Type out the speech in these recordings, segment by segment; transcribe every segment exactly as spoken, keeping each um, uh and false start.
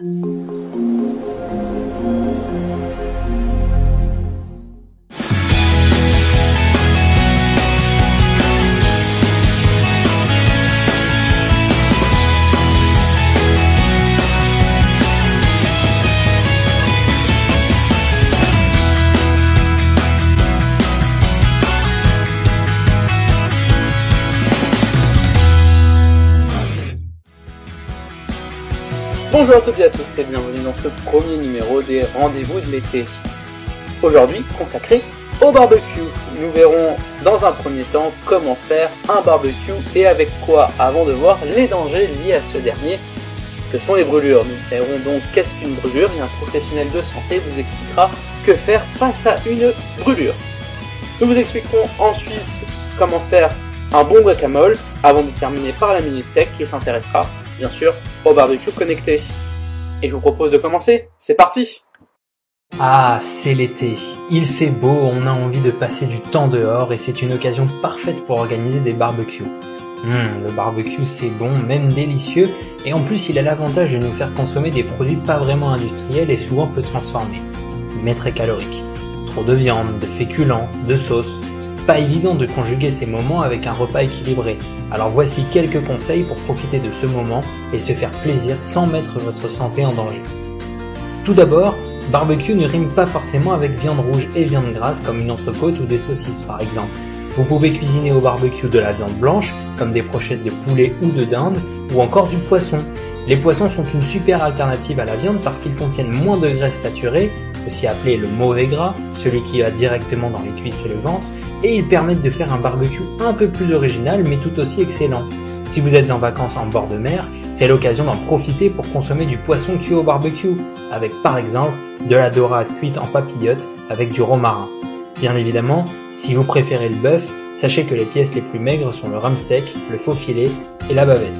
Bonjour à toutes et à tous et bienvenue dans ce premier numéro des rendez-vous de l'été. Aujourd'hui consacré au barbecue. Nous verrons dans un premier temps comment faire un barbecue et avec quoi avant de voir les dangers liés à ce dernier que sont les brûlures. Nous verrons donc qu'est-ce qu'une brûlure et un professionnel de santé vous expliquera que faire face à une brûlure. Nous vous expliquerons ensuite comment faire un bon guacamole avant de terminer par la Minute Tech qui s'intéressera bien sûr au barbecue connecté. Et je vous propose de commencer, c'est parti! Ah, c'est l'été, il fait beau, on a envie de passer du temps dehors et c'est une occasion parfaite pour organiser des barbecues. Hum, le barbecue c'est bon, même délicieux, et en plus il a l'avantage de nous faire consommer des produits pas vraiment industriels et souvent peu transformés, mais très caloriques. Trop de viande, de féculents, de sauce. Pas évident de conjuguer ces moments avec un repas équilibré. Alors voici quelques conseils pour profiter de ce moment et se faire plaisir sans mettre votre santé en danger. Tout d'abord, barbecue ne rime pas forcément avec viande rouge et viande grasse comme une entrecôte ou des saucisses par exemple. Vous pouvez cuisiner au barbecue de la viande blanche, comme des brochettes de poulet ou de dinde, ou encore du poisson. Les poissons sont une super alternative à la viande parce qu'ils contiennent moins de graisse saturée, aussi appelé le mauvais gras, celui qui va directement dans les cuisses et le ventre, et ils permettent de faire un barbecue un peu plus original mais tout aussi excellent. Si vous êtes en vacances en bord de mer, c'est l'occasion d'en profiter pour consommer du poisson cuit au barbecue, avec par exemple de la dorade cuite en papillote avec du romarin. Bien évidemment, si vous préférez le bœuf, sachez que les pièces les plus maigres sont le rump steak, le faux filet et la bavette.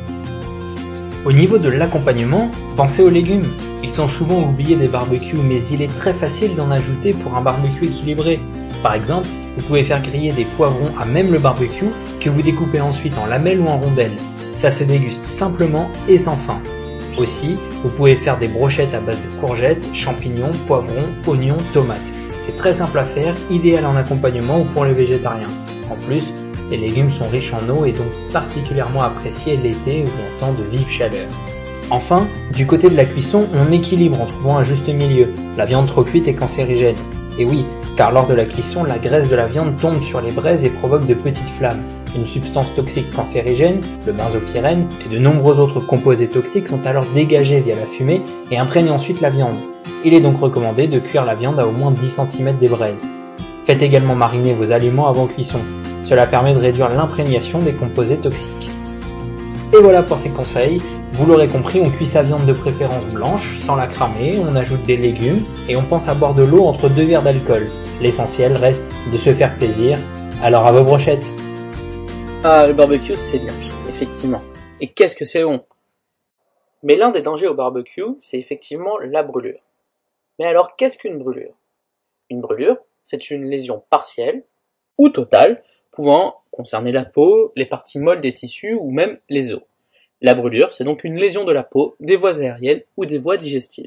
Au niveau de l'accompagnement, pensez aux légumes. Ils sont souvent oubliés des barbecues, mais il est très facile d'en ajouter pour un barbecue équilibré. Par exemple, vous pouvez faire griller des poivrons à même le barbecue que vous découpez ensuite en lamelles ou en rondelles. Ça se déguste simplement et sans fin. Aussi, vous pouvez faire des brochettes à base de courgettes, champignons, poivrons, oignons, tomates. C'est très simple à faire, idéal en accompagnement ou pour les végétariens. En plus, les légumes sont riches en eau et donc particulièrement appréciés l'été ou en temps de vive chaleur. Enfin, du côté de la cuisson, on équilibre en trouvant un juste milieu. La viande trop cuite est cancérigène. Et oui, car lors de la cuisson, la graisse de la viande tombe sur les braises et provoque de petites flammes. Une substance toxique cancérigène, le benzopyrène, et de nombreux autres composés toxiques sont alors dégagés via la fumée et imprègnent ensuite la viande. Il est donc recommandé de cuire la viande à au moins dix centimètres des braises. Faites également mariner vos aliments avant cuisson. Cela permet de réduire l'imprégnation des composés toxiques. Et voilà pour ces conseils. Vous l'aurez compris, on cuit sa viande de préférence blanche, sans la cramer, on ajoute des légumes et on pense à boire de l'eau entre deux verres d'alcool. L'essentiel reste de se faire plaisir. Alors à vos brochettes. Ah, le barbecue c'est bien, effectivement. Et qu'est-ce que c'est bon! Mais l'un des dangers au barbecue, c'est effectivement la brûlure. Mais alors qu'est-ce qu'une brûlure? Une brûlure, c'est une lésion partielle ou totale, pouvant concerner la peau, les parties molles des tissus ou même les os. La brûlure, c'est donc une lésion de la peau, des voies aériennes ou des voies digestives.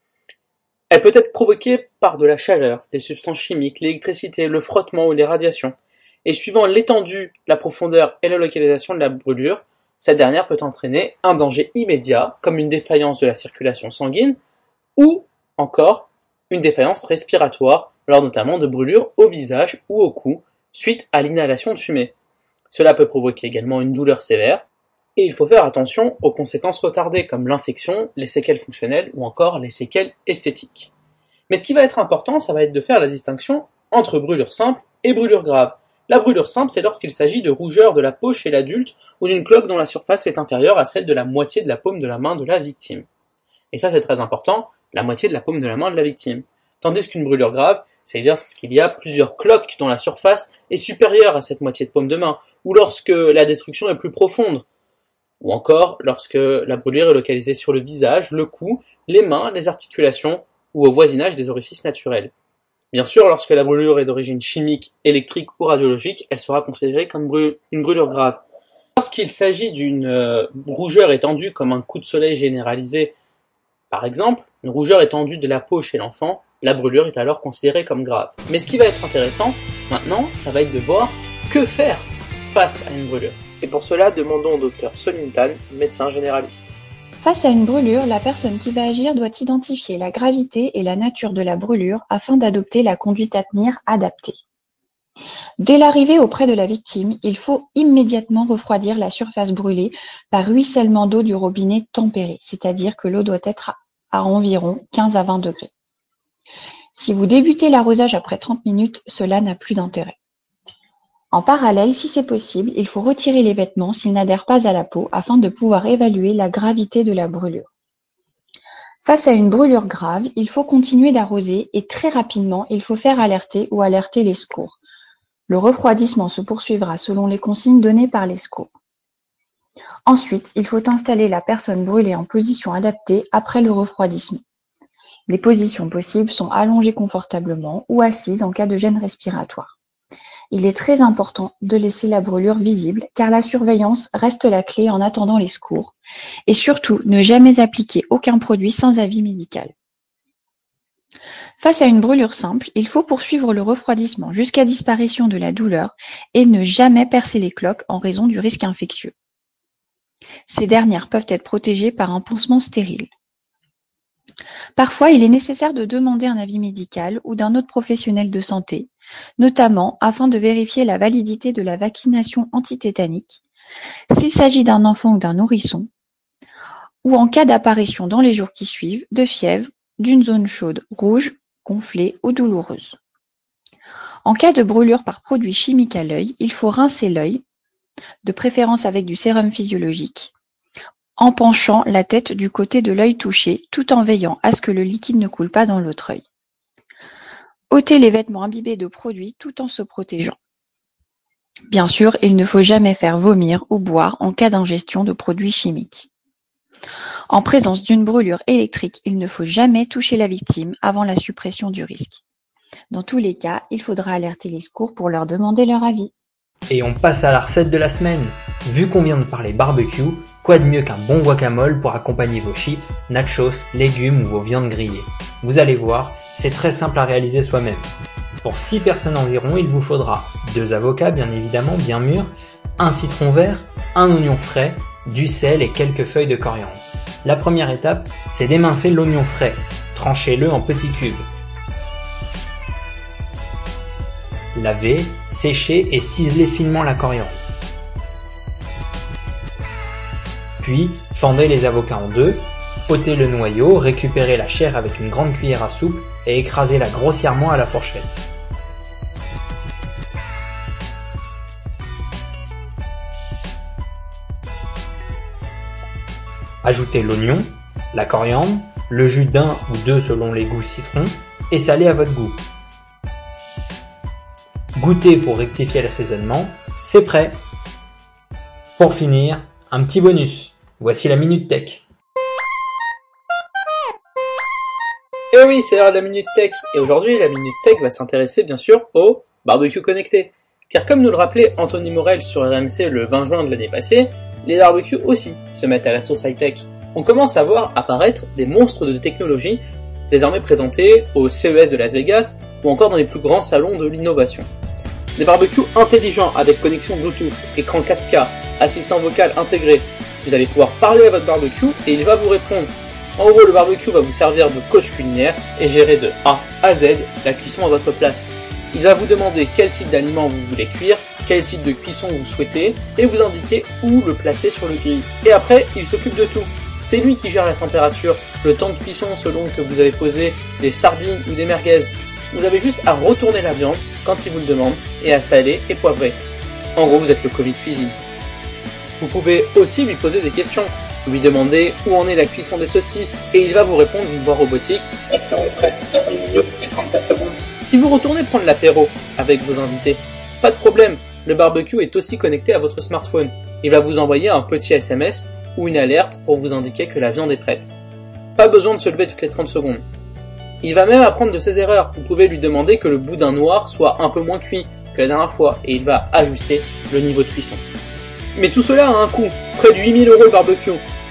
Elle peut être provoquée par de la chaleur, des substances chimiques, l'électricité, le frottement ou les radiations. Et suivant l'étendue, la profondeur et la localisation de la brûlure, cette dernière peut entraîner un danger immédiat, comme une défaillance de la circulation sanguine, ou encore une défaillance respiratoire, lors notamment de brûlures au visage ou au cou, suite à l'inhalation de fumée. Cela peut provoquer également une douleur sévère, et il faut faire attention aux conséquences retardées comme l'infection, les séquelles fonctionnelles ou encore les séquelles esthétiques. Mais ce qui va être important, ça va être de faire la distinction entre brûlure simple et brûlure grave. La brûlure simple, c'est lorsqu'il s'agit de rougeur de la peau chez l'adulte ou d'une cloque dont la surface est inférieure à celle de la moitié de la paume de la main de la victime. Et ça c'est très important, la moitié de la paume de la main de la victime. Tandis qu'une brûlure grave, c'est lorsqu'il y a plusieurs cloques dont la surface est supérieure à cette moitié de paume de main, ou lorsque la destruction est plus profonde, ou encore lorsque la brûlure est localisée sur le visage, le cou, les mains, les articulations ou au voisinage des orifices naturels. Bien sûr, lorsque la brûlure est d'origine chimique, électrique ou radiologique, elle sera considérée comme brû- une brûlure grave. Lorsqu'il s'agit d'une euh, rougeur étendue comme un coup de soleil généralisé Par exemple, une rougeur étendue de la peau chez l'enfant, la brûlure est alors considérée comme grave. Mais ce qui va être intéressant, maintenant, ça va être de voir que faire face à une brûlure. Et pour cela, demandons au docteur Solintan, médecin généraliste. Face à une brûlure, la personne qui va agir doit identifier la gravité et la nature de la brûlure afin d'adopter la conduite à tenir adaptée. Dès l'arrivée auprès de la victime, il faut immédiatement refroidir la surface brûlée par ruissellement d'eau du robinet tempéré, c'est-à-dire que l'eau doit être à environ quinze à vingt degrés. Si vous débutez l'arrosage après trente minutes, cela n'a plus d'intérêt. En parallèle, si c'est possible, il faut retirer les vêtements s'ils n'adhèrent pas à la peau afin de pouvoir évaluer la gravité de la brûlure. Face à une brûlure grave, il faut continuer d'arroser et très rapidement, il faut faire alerter ou alerter les secours. Le refroidissement se poursuivra selon les consignes données par les secours. Ensuite, il faut installer la personne brûlée en position adaptée après le refroidissement. Les positions possibles sont allongées confortablement ou assises en cas de gêne respiratoire. Il est très important de laisser la brûlure visible car la surveillance reste la clé en attendant les secours. Et surtout, ne jamais appliquer aucun produit sans avis médical. Face à une brûlure simple, il faut poursuivre le refroidissement jusqu'à disparition de la douleur et ne jamais percer les cloques en raison du risque infectieux. Ces dernières peuvent être protégées par un pansement stérile. Parfois, il est nécessaire de demander un avis médical ou d'un autre professionnel de santé, notamment afin de vérifier la validité de la vaccination antitétanique, s'il s'agit d'un enfant ou d'un nourrisson, ou en cas d'apparition dans les jours qui suivent de fièvre, d'une zone chaude rouge, gonflée ou douloureuse. En cas de brûlure par produit chimique à l'œil, il faut rincer l'œil, de préférence avec du sérum physiologique, en penchant la tête du côté de l'œil touché, tout en veillant à ce que le liquide ne coule pas dans l'autre œil. Ôtez les vêtements imbibés de produits tout en se protégeant. Bien sûr, il ne faut jamais faire vomir ou boire en cas d'ingestion de produits chimiques. En présence d'une brûlure électrique, il ne faut jamais toucher la victime avant la suppression du risque. Dans tous les cas, il faudra alerter les secours pour leur demander leur avis. Et on passe à la recette de la semaine. Vu qu'on vient de parler barbecue, quoi de mieux qu'un bon guacamole pour accompagner vos chips, nachos, légumes ou vos viandes grillées. Vous allez voir, c'est très simple à réaliser soi-même. Pour six personnes environ, il vous faudra deux avocats bien évidemment, bien mûrs, un citron vert, un oignon frais, du sel et quelques feuilles de coriandre. La première étape, c'est d'émincer l'oignon frais. Tranchez-le en petits cubes. Lavez, séchez et ciselez finement la coriandre. Puis, fendez les avocats en deux, ôtez le noyau, récupérez la chair avec une grande cuillère à soupe et écrasez-la grossièrement à la fourchette. Ajoutez l'oignon, la coriandre, le jus d'un ou deux selon les goûts citron et salez à votre goût. Goûtez pour rectifier l'assaisonnement, c'est prêt. Pour finir, un petit bonus. Voici la Minute Tech. Et oui, c'est l'heure de la Minute Tech. Et aujourd'hui, la Minute Tech va s'intéresser bien sûr au barbecue connecté. Car comme nous le rappelait Anthony Morel sur R M C le vingt juin de l'année passée, les barbecues aussi se mettent à la sauce high-tech. On commence à voir apparaître des monstres de technologie désormais présentés au C E S de Las Vegas ou encore dans les plus grands salons de l'innovation. Des barbecues intelligents avec connexion Bluetooth, écran quatre K, assistant vocal intégré. Vous allez pouvoir parler à votre barbecue et il va vous répondre. En gros, le barbecue va vous servir de coach culinaire et gérer de A à Z la cuisson à votre place. Il va vous demander quel type d'aliment vous voulez cuire, quel type de cuisson vous souhaitez et vous indiquer où le placer sur le grill. Et après, il s'occupe de tout. C'est lui qui gère la température, le temps de cuisson selon que vous avez posé des sardines ou des merguez. Vous avez juste à retourner la viande quand il vous le demande et à saler et poivrer. En gros, vous êtes le Covid cuisine. Vous pouvez aussi lui poser des questions. Vous lui demandez où en est la cuisson des saucisses et il va vous répondre d'une voix robotique. Elles seront prêtes dans une minute et trente-sept secondes. Si vous retournez prendre l'apéro avec vos invités, pas de problème, le barbecue est aussi connecté à votre smartphone. Il va vous envoyer un petit S M S ou une alerte pour vous indiquer que la viande est prête. Pas besoin de se lever toutes les trente secondes. Il va même apprendre de ses erreurs. Vous pouvez lui demander que le boudin noir soit un peu moins cuit que la dernière fois et il va ajuster le niveau de cuisson. Mais tout cela a un coût, près de huit mille euros le barbecue.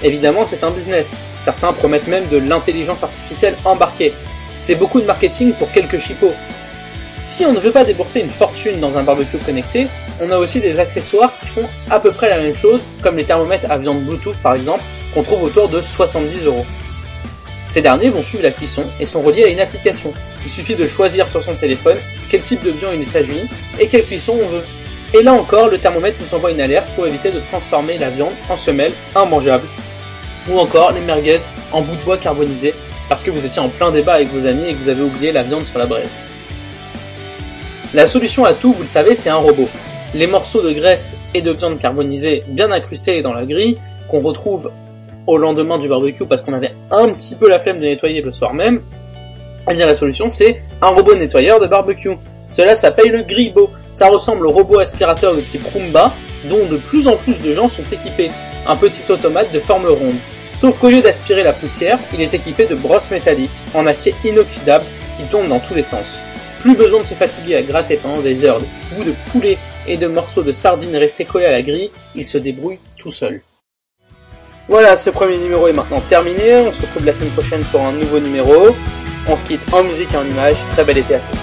Évidemment, c'est un business. Certains promettent même de l'intelligence artificielle embarquée. C'est beaucoup de marketing pour quelques chipots. Si on ne veut pas débourser une fortune dans un barbecue connecté, on a aussi des accessoires qui font à peu près la même chose, comme les thermomètres à viande Bluetooth par exemple, qu'on trouve autour de soixante-dix euros. Ces derniers vont suivre la cuisson et sont reliés à une application. Il suffit de choisir sur son téléphone quel type de viande il s'agit et quelle cuisson on veut. Et là encore, le thermomètre nous envoie une alerte pour éviter de transformer la viande en semelle immangeable. Ou encore les merguez en bout de bois carbonisé parce que vous étiez en plein débat avec vos amis et que vous avez oublié la viande sur la braise. La solution à tout, vous le savez, c'est un robot. Les morceaux de graisse et de viande carbonisée bien incrustés dans la grille, qu'on retrouve au lendemain du barbecue parce qu'on avait un petit peu la flemme de nettoyer le soir même, eh bien la solution c'est un robot nettoyeur de barbecue. Cela s'appelle le Grillbo. Ça ressemble au robot aspirateur de type Roomba, dont de plus en plus de gens sont équipés. Un petit automate de forme ronde. Sauf qu'au lieu d'aspirer la poussière, il est équipé de brosses métalliques en acier inoxydable qui tournent dans tous les sens. Plus besoin de se fatiguer à gratter pendant des heures de bouts de poulet et de morceaux de sardines restés collés à la grille, il se débrouille tout seul. Voilà, ce premier numéro est maintenant terminé, on se retrouve la semaine prochaine pour un nouveau numéro. On se quitte en musique et en images, très bel été à tous.